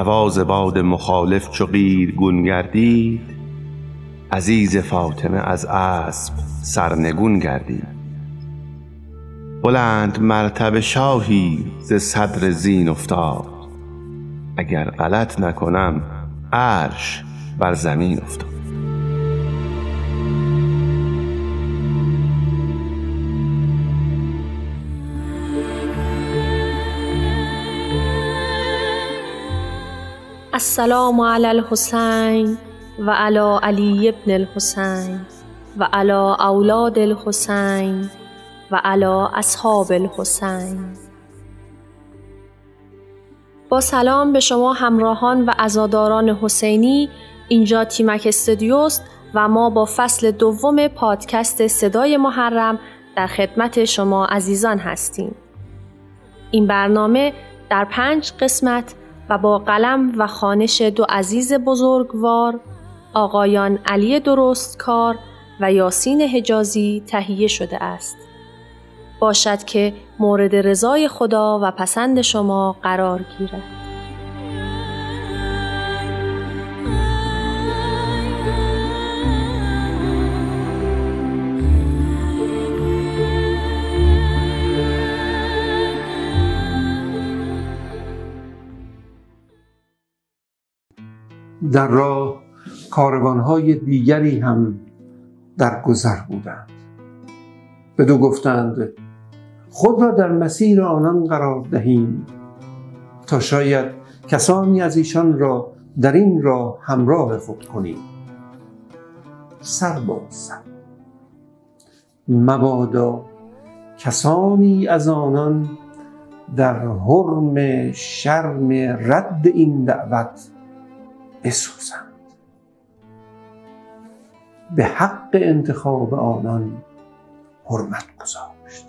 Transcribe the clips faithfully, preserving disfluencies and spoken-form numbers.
نواز باد مخالف چو قیرگون گردید، عزیز فاطمه از اسب سرنگون گردید. بلند مرتبه شاهی ز صدر زین افتاد، اگر غلط نکنم عرش بر زمین افتاد. السلام علی الحسین و علی علی ابن الحسین و علی اولاد الحسین و علی اصحاب الحسین. با سلام به شما همراهان و عزاداران حسینی، اینجا تیمک استودیوست و ما با فصل دوم پادکست صدای محرم در خدمت شما عزیزان هستیم. این برنامه در پنج قسمت و با قلم و خوانش دو عزیز بزرگوار، آقایان علی درستکار و یاسین حجازی تهیه شده است. باشد که مورد رضای خدا و پسند شما قرار گیرد. در راه کاروان‌های دیگری هم در گذر بودند. بدو گفتند خود را در مسیر آنان قرار دهیم تا شاید کسانی از ایشان را در این راه همراه خود کنیم. سر باز سر، مبادا کسانی از آنان در حرم شرم رد این دعوت بسوزند. به حق انتخاب آنان حرمت گذاشت.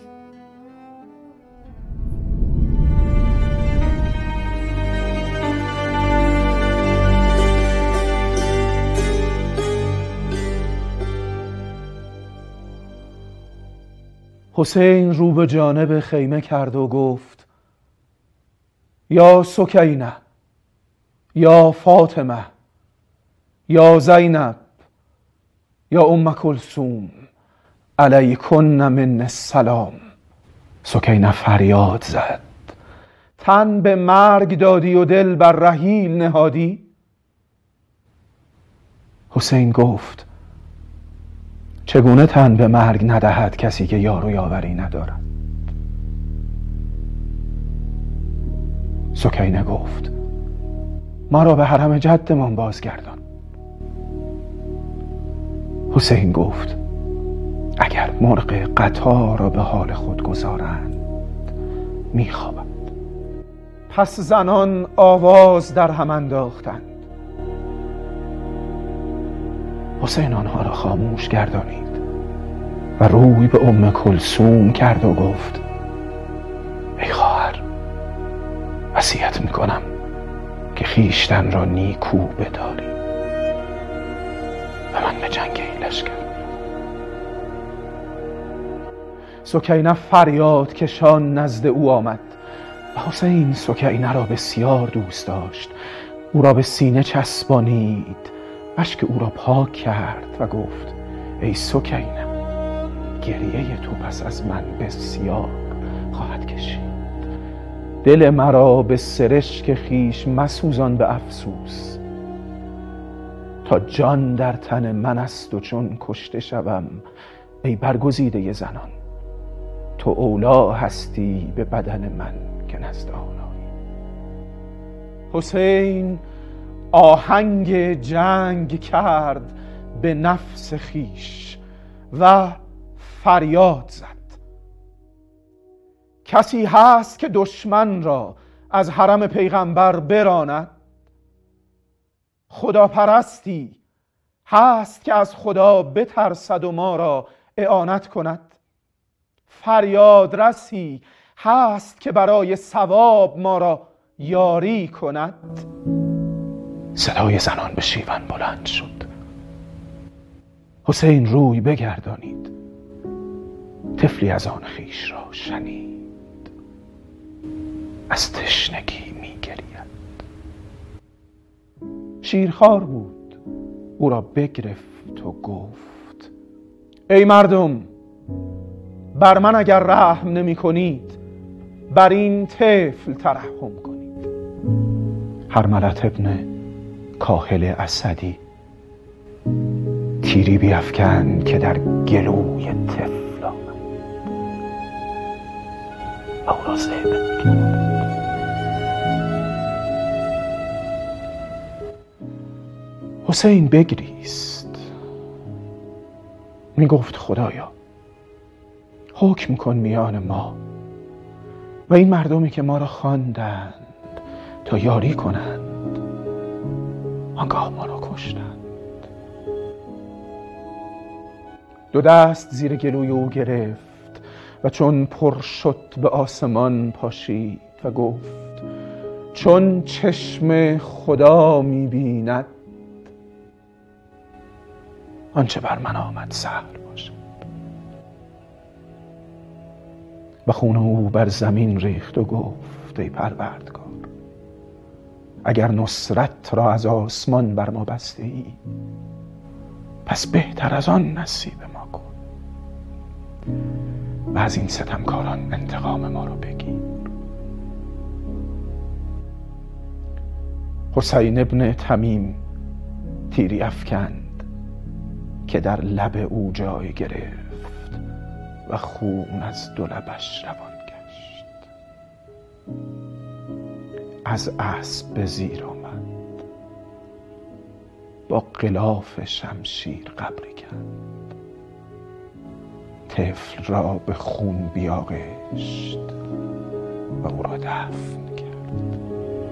حسین رو به جانب خیمه کرد و گفت یا سکینه، یا فاطمه، یا زینب، یا ام کلثوم، علیکن من السلام. سکینه فریاد زد تن به مرگ دادی و دل بر رحیل نهادی؟ حسین گفت چگونه تن به مرگ ندهد کسی که یار و یاوری ندارد؟ سکینه گفت مرا به حرم جدمان بازگردان. حسین گفت اگر مرغ قطار را به حال خود گذارند میخوابد. پس زنان آواز در هم انداختند. حسین آنها را خاموش گردانید و روی به ام کلثوم کرد و گفت ای خواهر، وصیت میکنم که خیشتن را نیکو بداری و من به جنگ این لشکر. سکینه فریاد کشان نزد او آمد و حسین سکینه را بسیار دوست داشت. او را به سینه چسبانید، اشک او را پاک کرد و گفت ای سکینه، گریه تو پس از من بسیار خواهد کشید. دل مرا به سرشک خیش مسوزان به افسوس، تا جان در تن من است و چون کشته شوم ای برگزیده زنان، تو اولا هستی به بدن من که نزد آنایی. حسین آهنگ جنگ کرد به نفس خیش و فریاد زد کسی هست که دشمن را از حرم پیغمبر براند؟ خداپرستی هست که از خدا بترسد و ما را اعانت کند؟ فریاد رسی هست که برای ثواب ما را یاری کند؟ صدای زنان به شیون بلند شد. حسین روی بگردانید، طفلی از آن خیش را شنید، از تشنگی می گرید. شیرخوار بود، او را بگرفت و گفت ای مردم، بر من اگر رحم نمی کنید بر این طفل ترحم کنید. حرملة ابن کاهل اسدی تیری بیفکن که در گلوی طفل آمد و او را زیبه کرد. حسین بگریست، می گفت خدایا حکم کن میان ما و این مردمی که ما را خواندند تا یاری کنند، آنگاه ما را کشتند. دو دست زیر گلوی او گرفت و چون پر شد به آسمان پاشید و گفت چون چشم خدا می بیند آنچه بر من آمد سهل باشد. و خون او بر زمین ریخت و گفت ای پروردگار، اگر نصرت را از آسمان بر ما بسته ای پس بهتر از آن نصیب ما کن و از این ستمکاران انتقام ما را بگیر. حسین ابن تمیم تیری افکند که در لب او جای گرفت و خون از دو لبش روان گشت. از اسب به زیر آمد، با غلاف شمشیر قبری کرد، طفل را به خون بیاغشت و او را دفن کرد.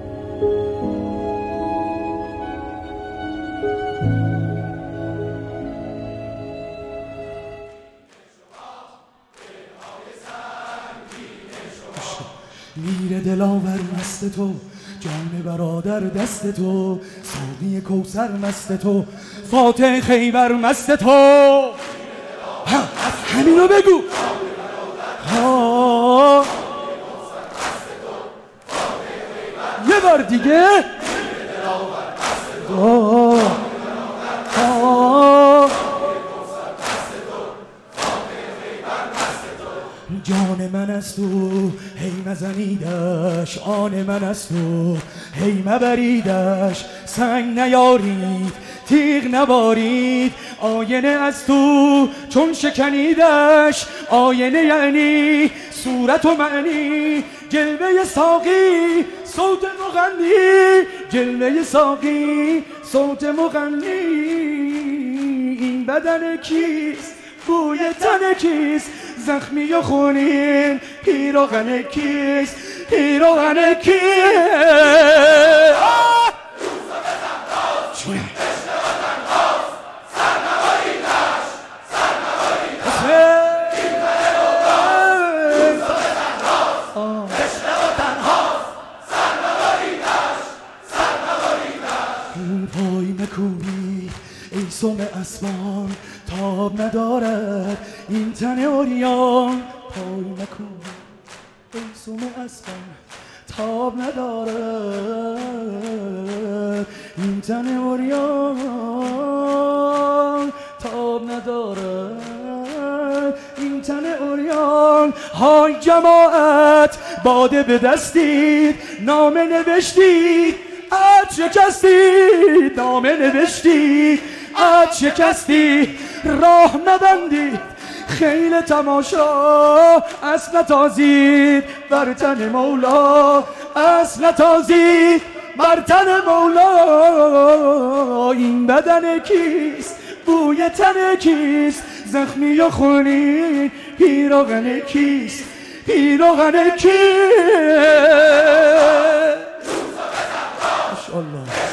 میر دلاور مست تو، جان برادر دست تو، ساقی کوثر مست تو، فاتح خیبر مست تو. همینو بگو. ها یه بار دیگه. جان من است تو هی مزنیدش، آن من است تو هی مبریدش، سنگ نیارید تیغ نبارید، آینه از تو چون شکنیدش، آینه یعنی صورت و معنی، جلوه ساقی صوت مغنی، جلوه ساقی صوت مغنی. این بدن کیست؟ بوی تن کیست؟ زخمی و خونین پیراهن کیست؟ پیراهن کیست؟ پای مکوبید ای سم اسبان، تاب ندارد این تن اوریان. پای مکوبید ای سم اسبان، تاب ندارد این تن اوریان، تاب ندارد این تن اوریان. های جماعت باده به دستید، نامه نوشتید عد شکستید، نامه نوشتید عد شکستید، راه نبندید خیل تماشا، اصل نتازید بر تن مولا، اصل نتازید بر تن مولا. این بدن کیست؟ بوی تن کیست؟ زخمی و خونین پیراهن کیست؟ پیراهن کیست؟ ماشاءالله.